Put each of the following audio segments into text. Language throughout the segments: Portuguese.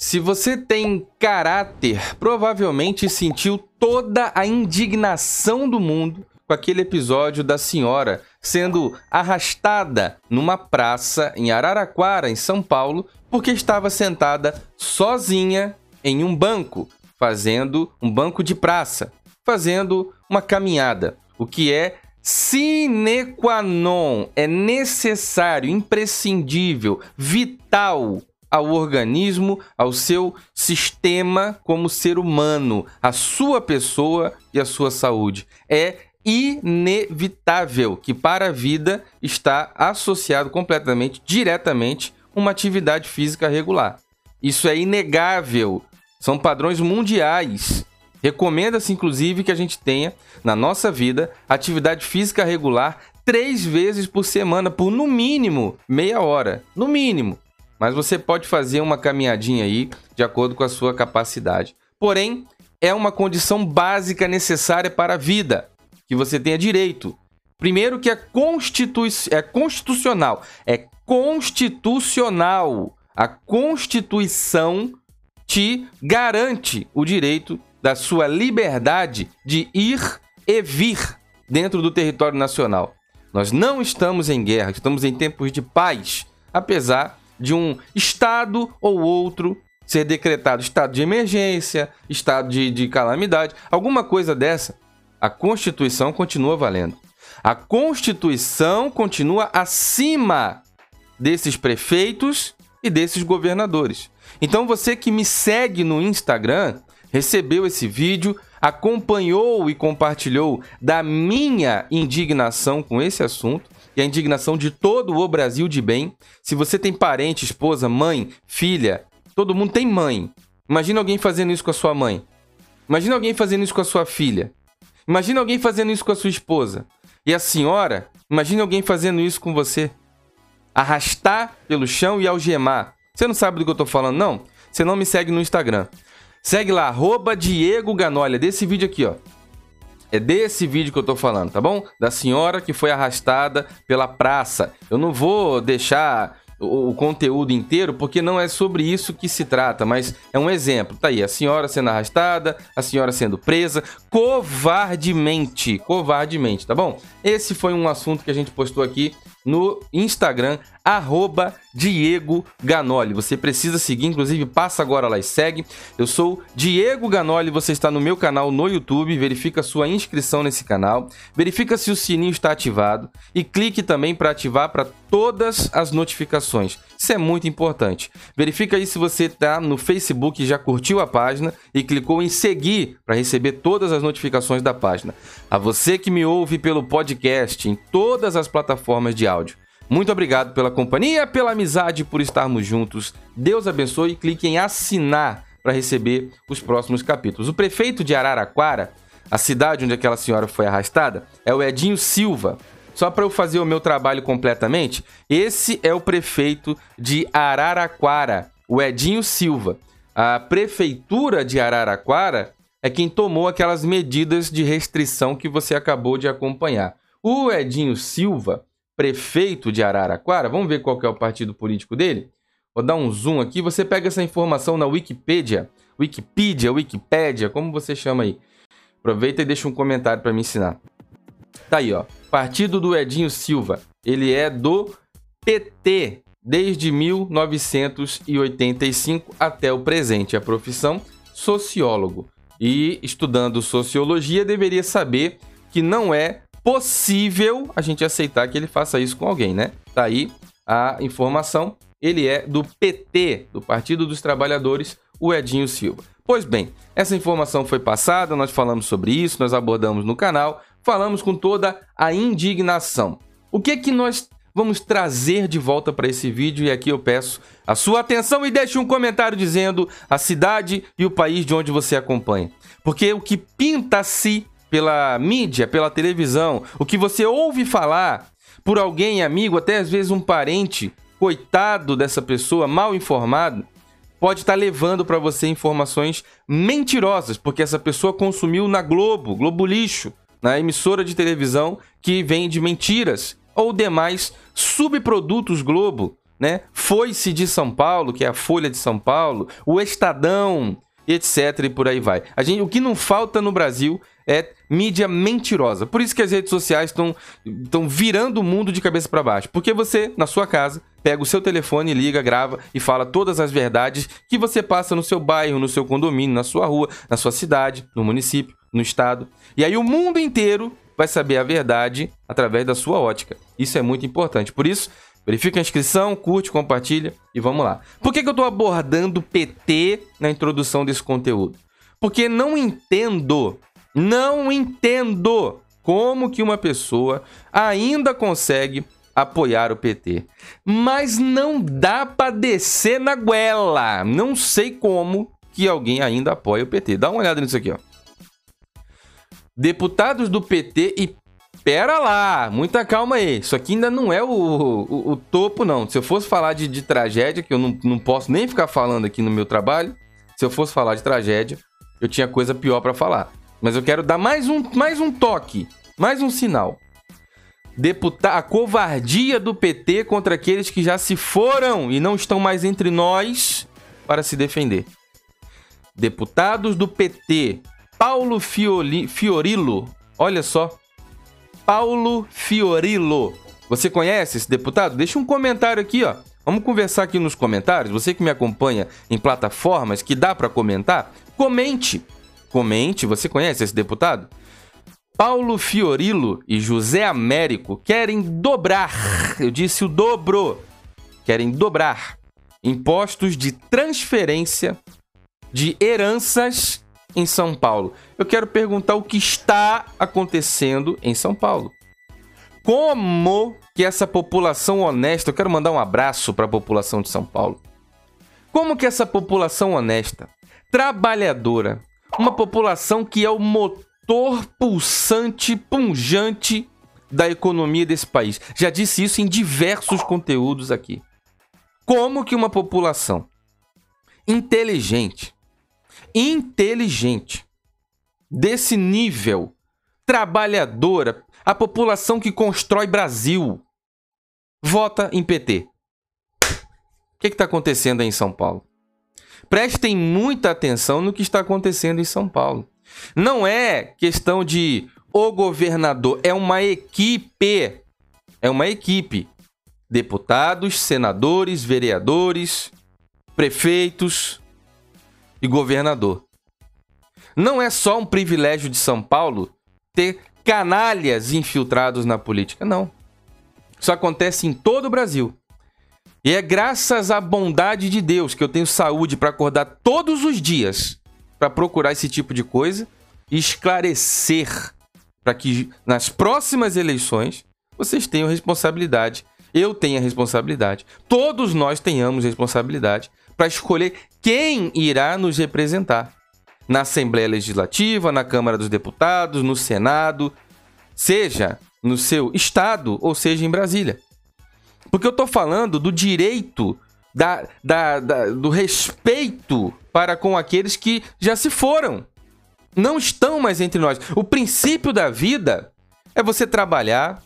Se você tem caráter, provavelmente sentiu toda a indignação do mundo com aquele episódio da senhora sendo arrastada numa praça em Araraquara, em São Paulo, porque estava sentada sozinha em um banco, fazendo um banco de praça, fazendo uma caminhada, o que é sine qua non, é necessário, imprescindível, vital ao organismo, ao seu sistema como ser humano, a sua pessoa e a sua saúde. É inevitável que para a vida está associado completamente, diretamente, uma atividade física regular. Isso é inegável, são padrões mundiais. Recomenda-se, inclusive, que a gente tenha, na nossa vida, atividade física regular 3 vezes por semana, por no mínimo meia hora, no mínimo. Mas você pode fazer uma caminhadinha aí, de acordo com a sua capacidade. Porém, é uma condição básica necessária para a vida, que você tenha direito. Primeiro que é constitucional. É constitucional. A Constituição te garante o direito da sua liberdade de ir e vir dentro do território nacional. Nós não estamos em guerra, estamos em tempos de paz, apesar de um estado ou outro ser decretado estado de emergência, estado de calamidade, alguma coisa dessa, a Constituição continua valendo. A Constituição continua acima desses prefeitos e desses governadores. Então você que me segue no Instagram, recebeu esse vídeo, acompanhou e compartilhou da minha indignação com esse assunto e a indignação de todo o Brasil de bem. Se você tem parente, esposa, mãe, filha, todo mundo tem mãe. Imagina alguém fazendo isso com a sua mãe. Imagina alguém fazendo isso com a sua filha. Imagina alguém fazendo isso com a sua esposa. E a senhora, imagina alguém fazendo isso com você. Arrastar pelo chão e algemar. Você não sabe do que eu tô falando, não? Você não me segue no Instagram. Segue lá, @Diego Ganoli. É desse vídeo aqui, ó. É desse vídeo que eu tô falando, tá bom? Da senhora que foi arrastada pela praça. Eu não vou deixar o conteúdo inteiro, porque não é sobre isso que se trata, mas é um exemplo. Tá aí, a senhora sendo arrastada, a senhora sendo presa, covardemente, tá bom? Esse foi um assunto que a gente postou aqui no Instagram, @Diego Ganoli. Você precisa seguir, inclusive passa agora lá e segue. Eu sou Diego Ganoli, você está no meu canal no YouTube, verifica sua inscrição nesse canal, verifica se o sininho está ativado e clique também para ativar para todas as notificações. Isso é muito importante. Verifica aí se você está no Facebook e já curtiu a página e clicou em seguir para receber todas as notificações da página. A você que me ouve pelo podcast em todas as plataformas de áudio, muito obrigado pela companhia, pela amizade, por estarmos juntos. Deus abençoe e clique em assinar para receber os próximos capítulos. O prefeito de Araraquara, a cidade onde aquela senhora foi arrastada, é o Edinho Silva. Só para eu fazer o meu trabalho completamente, esse é o prefeito de Araraquara, o Edinho Silva. A prefeitura de Araraquara é quem tomou aquelas medidas de restrição que você acabou de acompanhar. O Edinho Silva, prefeito de Araraquara, vamos ver qual que é o partido político dele? Vou dar um zoom aqui, você pega essa informação na Wikipédia, como você chama aí. Aproveita e deixa um comentário para me ensinar. Tá aí, ó. Partido do Edinho Silva. Ele é do PT desde 1985 até o presente. A profissão, sociólogo. E estudando sociologia, deveria saber que não é possível a gente aceitar que ele faça isso com alguém, né? Tá aí a informação. Ele é do PT, do Partido dos Trabalhadores, o Edinho Silva. Pois bem, essa informação foi passada, nós falamos sobre isso, nós abordamos no canal, falamos com toda a indignação. O que é que nós vamos trazer de volta para esse vídeo? E aqui eu peço a sua atenção e deixe um comentário dizendo a cidade e o país de onde você acompanha. Porque o que pinta-se pela mídia, pela televisão, o que você ouve falar por alguém, amigo, até às vezes um parente, coitado dessa pessoa, mal informado, pode estar levando para você informações mentirosas, porque essa pessoa consumiu na Globo Lixo, na emissora de televisão que vende mentiras, ou demais subprodutos Globo, né? Foice de São Paulo, que é a Folha de São Paulo, o Estadão, etc. e por aí vai. O que não falta no Brasil é mídia mentirosa. Por isso que as redes sociais estão virando o mundo de cabeça para baixo. Porque você, na sua casa, pega o seu telefone, liga, grava e fala todas as verdades que você passa no seu bairro, no seu condomínio, na sua rua, na sua cidade, no município, no estado. E aí o mundo inteiro vai saber a verdade através da sua ótica. Isso é muito importante. Por isso, verifica a inscrição, curte, compartilha e vamos lá. Por que eu estou abordando o PT na introdução desse conteúdo? Porque não entendo como que uma pessoa ainda consegue apoiar o PT. Mas não dá para descer na goela. Não sei como que alguém ainda apoia o PT. Dá uma olhada nisso aqui, ó. Deputados do PT e... Pera lá, muita calma aí. Isso aqui ainda não é o topo, não. Se eu fosse falar de tragédia, que eu não posso nem ficar falando aqui no meu trabalho, se eu fosse falar de tragédia, eu tinha coisa pior para falar. Mas eu quero dar mais um toque, mais um sinal. A covardia do PT contra aqueles que já se foram e não estão mais entre nós para se defender. Deputados do PT, Paulo Fiorillo, olha só, Paulo Fiorillo. Você conhece esse deputado? Deixa um comentário aqui, ó. Vamos conversar aqui nos comentários. Você que me acompanha em plataformas que dá para comentar, comente. Comente, você conhece esse deputado? Paulo Fiorillo e José Américo querem dobrar, eu disse o dobro, querem dobrar impostos de transferência de heranças em São Paulo. Eu quero perguntar o que está acontecendo em São Paulo. Como que essa população honesta, eu quero mandar um abraço para a população de São Paulo. Como que essa população honesta, trabalhadora, uma população que é o motor pulsante, pungente da economia desse país. Já disse isso em diversos conteúdos aqui. Como que uma população inteligente, desse nível, trabalhadora, a população que constrói Brasil, vota em PT? O que está acontecendo aí em São Paulo? Prestem muita atenção no que está acontecendo em São Paulo. Não é questão de o governador, é uma equipe. É uma equipe. Deputados, senadores, vereadores, prefeitos e governador. Não é só um privilégio de São Paulo ter canalhas infiltrados na política, não. Isso acontece em todo o Brasil. E é graças à bondade de Deus que eu tenho saúde para acordar todos os dias para procurar esse tipo de coisa e esclarecer para que nas próximas eleições vocês tenham responsabilidade, eu tenha responsabilidade, todos nós tenhamos responsabilidade para escolher quem irá nos representar na Assembleia Legislativa, na Câmara dos Deputados, no Senado, seja no seu estado ou seja em Brasília. Porque eu estou falando do direito, do respeito para com aqueles que já se foram. Não estão mais entre nós. O princípio da vida é você trabalhar,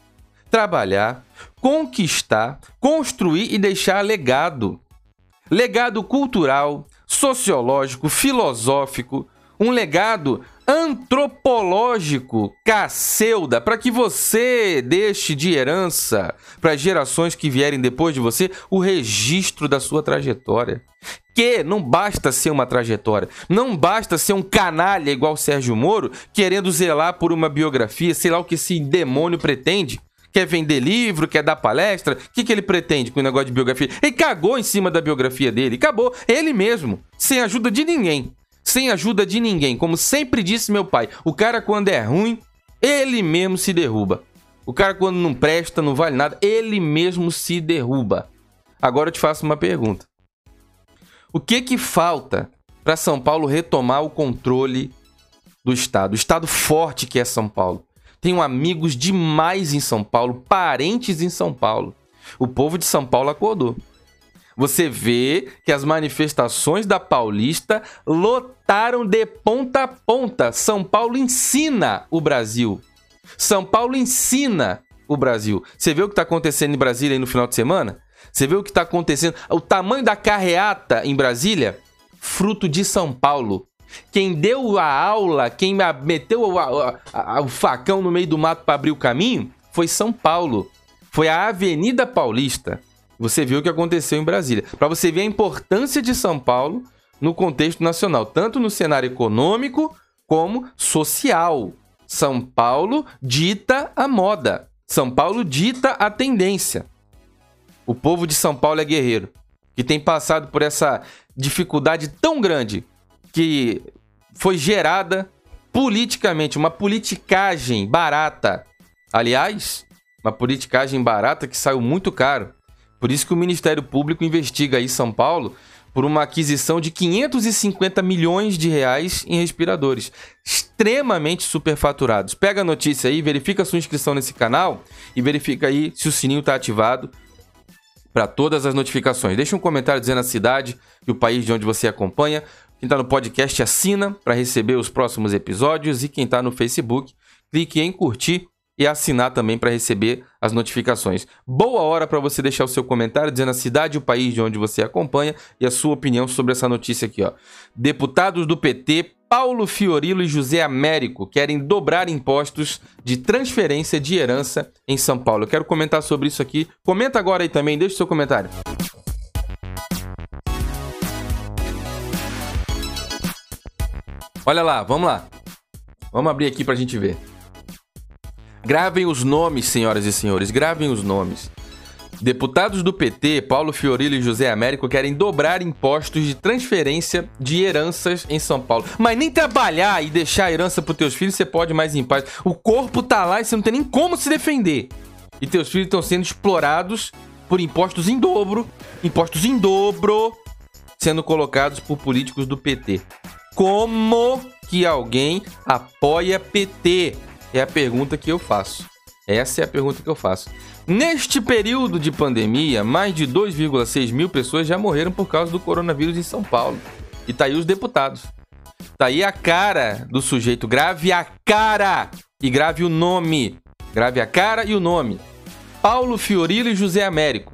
conquistar, construir e deixar legado. Legado cultural, sociológico, filosófico, um legado antropológico, cacilda, para que você deixe de herança para as gerações que vierem depois de você o registro da sua trajetória. Que não basta ser uma trajetória, não basta ser um canalha igual Sérgio Moro, querendo zelar por uma biografia, sei lá o que esse demônio pretende. Quer vender livro, quer dar palestra, o que ele pretende com o negócio de biografia? Ele cagou em cima da biografia dele, acabou, ele mesmo, sem ajuda de ninguém. Sem ajuda de ninguém. Como sempre disse meu pai, o cara quando é ruim, ele mesmo se derruba. O cara quando não presta, não vale nada, ele mesmo se derruba. Agora eu te faço uma pergunta. O que falta para São Paulo retomar o controle do Estado? O Estado forte que é São Paulo. Tenho amigos demais em São Paulo, parentes em São Paulo. O povo de São Paulo acordou. Você vê que as manifestações da Paulista lotaram de ponta a ponta. São Paulo ensina o Brasil. São Paulo ensina o Brasil. Você vê o que está acontecendo em Brasília aí no final de semana? Você vê o que está acontecendo. O tamanho da carreata em Brasília, fruto de São Paulo. Quem deu a aula, quem meteu o facão no meio do mato para abrir o caminho, foi São Paulo. Foi a Avenida Paulista. Você viu o que aconteceu em Brasília. Para você ver a importância de São Paulo no contexto nacional, tanto no cenário econômico como social. São Paulo dita a moda. São Paulo dita a tendência. O povo de São Paulo é guerreiro, que tem passado por essa dificuldade tão grande que foi gerada politicamente, uma politicagem barata. Aliás, uma politicagem barata que saiu muito caro. Por isso que o Ministério Público investiga aí São Paulo por uma aquisição de 550 milhões de reais em respiradores, extremamente superfaturados. Pega a notícia aí, verifica a sua inscrição nesse canal e verifica aí se o sininho está ativado para todas as notificações. Deixa um comentário dizendo a cidade e o país de onde você acompanha. Quem está no podcast assina para receber os próximos episódios e quem está no Facebook, clique em curtir e assinar também para receber as notificações. Boa hora para você deixar o seu comentário dizendo a cidade e o país de onde você acompanha e a sua opinião sobre essa notícia aqui, ó. Deputados do PT, Paulo Fiorilo e José Américo querem dobrar impostos de transferência de herança em São Paulo. Eu quero comentar sobre isso aqui. Comenta agora aí também, deixa o seu comentário. Olha lá, vamos lá. Vamos abrir aqui pra gente ver. Gravem os nomes, senhoras e senhores, gravem os nomes. Deputados do PT, Paulo Fiorilo e José Américo querem dobrar impostos de transferência de heranças em São Paulo. Mas nem trabalhar e deixar a herança para os teus filhos você pode mais em paz. O corpo tá lá e você não tem nem como se defender. E teus filhos estão sendo explorados por impostos em dobro, sendo colocados por políticos do PT. Como que alguém apoia PT? É a pergunta que eu faço. Essa é a pergunta que eu faço. Neste período de pandemia, mais de 2,6 mil pessoas já morreram por causa do coronavírus em São Paulo. E tá aí os deputados. Tá aí a cara do sujeito. Grave a cara e grave o nome. Grave a cara e o nome. Paulo Fiorilo e José Américo.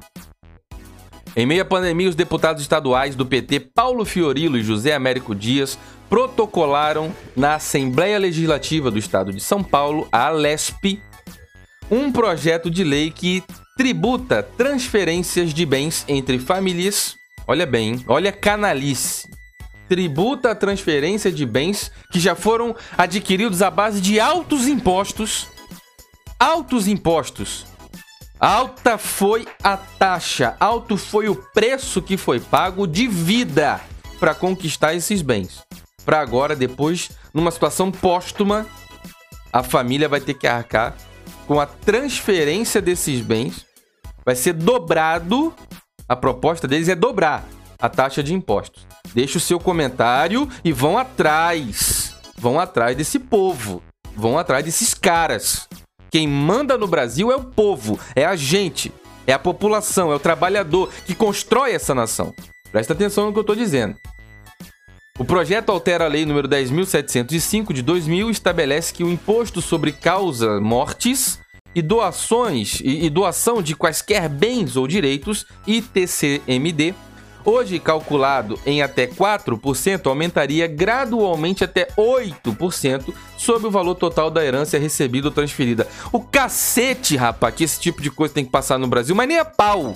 Em meio à pandemia, os deputados estaduais do PT, Paulo Fiorilo e José Américo Dias, protocolaram na Assembleia Legislativa do Estado de São Paulo, a ALESP, um projeto de lei que tributa transferências de bens entre famílias. Olha bem, hein? Olha a canalice. Tributa a transferência de bens que já foram adquiridos à base de altos impostos. Altos impostos. Alta foi a taxa, alto foi o preço que foi pago de vida para conquistar esses bens. Para agora, depois, numa situação póstuma, a família vai ter que arcar com a transferência desses bens. Vai ser dobrado, a proposta deles é dobrar a taxa de impostos. Deixa o seu comentário e vão atrás desse povo, vão atrás desses caras. Quem manda no Brasil é o povo, é a gente, é a população, é o trabalhador que constrói essa nação. Presta atenção no que eu estou dizendo. O projeto altera a Lei nº 10.705 de 2000 e estabelece que o imposto sobre causa mortis e doações e doação de quaisquer bens ou direitos, ITCMD, hoje calculado em até 4%, aumentaria gradualmente até 8% sobre o valor total da herança recebida ou transferida. O cacete, rapaz, que esse tipo de coisa tem que passar no Brasil, mas nem a pau.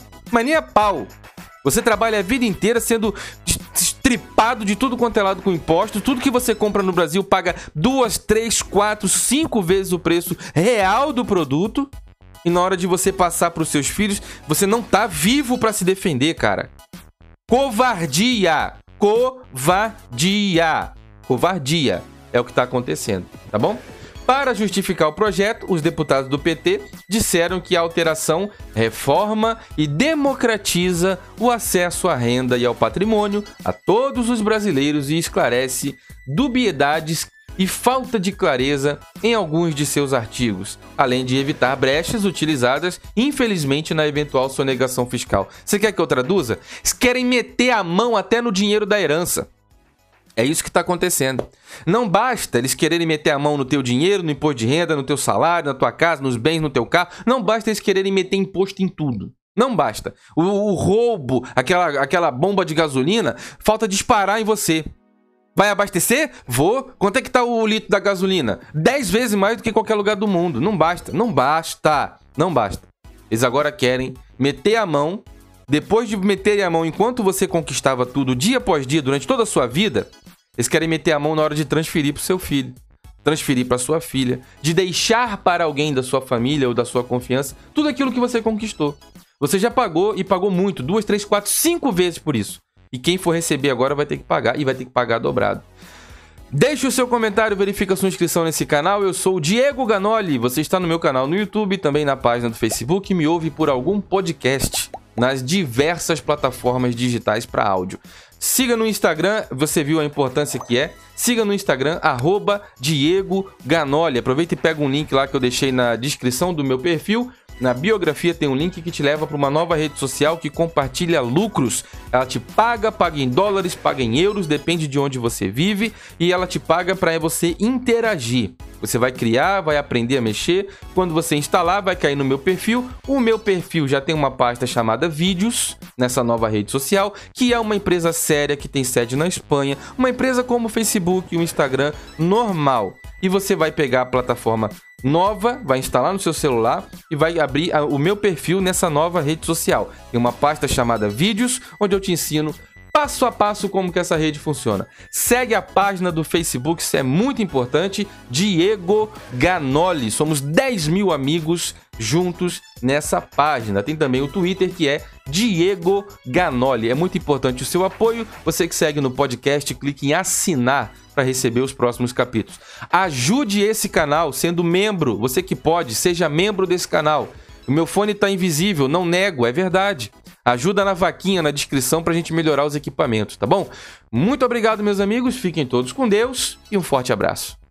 Você trabalha a vida inteira sendo estripado de tudo quanto é lado com imposto. Tudo que você compra no Brasil paga 2, 3, 4, 5 vezes o preço real do produto. E na hora de você passar para os seus filhos, você não tá vivo para se defender, cara. Covardia é o que está acontecendo, tá bom? Para justificar o projeto, os deputados do PT disseram que a alteração reforma e democratiza o acesso à renda e ao patrimônio a todos os brasileiros e esclarece dubiedades e falta de clareza em alguns de seus artigos, além de evitar brechas utilizadas, infelizmente, na eventual sonegação fiscal. Você quer que eu traduza? Eles querem meter a mão até no dinheiro da herança. É isso que está acontecendo. Não basta eles quererem meter a mão no teu dinheiro, no imposto de renda, no teu salário, na tua casa, nos bens, no teu carro. Não basta eles quererem meter imposto em tudo. Não basta. O roubo, aquela bomba de gasolina, falta disparar em você. Vai abastecer? Vou. Quanto é que tá o litro da gasolina? 10 vezes mais do que em qualquer lugar do mundo. Não basta. Não basta. Não basta. Eles agora querem meter a mão. Depois de meterem a mão enquanto você conquistava tudo, dia após dia, durante toda a sua vida, eles querem meter a mão na hora de transferir pro seu filho. Transferir para sua filha. De deixar para alguém da sua família ou da sua confiança tudo aquilo que você conquistou. Você já pagou e pagou muito. 2, 3, 4, 5 vezes por isso. E quem for receber agora vai ter que pagar e vai ter que pagar dobrado. Deixe o seu comentário, verifique a sua inscrição nesse canal. Eu sou o Diego Ganoli. Você está no meu canal no YouTube, também na página do Facebook. Me ouve por algum podcast nas diversas plataformas digitais para áudio. Siga no Instagram, você viu a importância que é. Siga no Instagram, @Diego Ganoli. Aproveita e pega um link lá que eu deixei na descrição do meu perfil. Na biografia tem um link que te leva para uma nova rede social que compartilha lucros. Ela te paga em dólares, paga em euros, depende de onde você vive. E ela te paga para você interagir. Você vai criar, vai aprender a mexer. Quando você instalar, vai cair no meu perfil. O meu perfil já tem uma pasta chamada Vídeos, nessa nova rede social, que é uma empresa séria que tem sede na Espanha. Uma empresa como o Facebook e o Instagram, normal. E você vai pegar a plataforma nova, vai instalar no seu celular e vai abrir o meu perfil nessa nova rede social. Tem uma pasta chamada Vídeos, onde eu te ensino passo a passo como que essa rede funciona. Segue a página do Facebook, isso é muito importante, Diego Ganoli. Somos 10 mil amigos juntos nessa página. Tem também o Twitter, que é Diego Ganoli. É muito importante o seu apoio. Você que segue no podcast, clique em assinar para receber os próximos capítulos. Ajude esse canal sendo membro. Você que pode, seja membro desse canal. O meu fone está invisível, não nego, é verdade. Ajuda na vaquinha, na descrição, para a gente melhorar os equipamentos, tá bom? Muito obrigado, meus amigos. Fiquem todos com Deus e um forte abraço.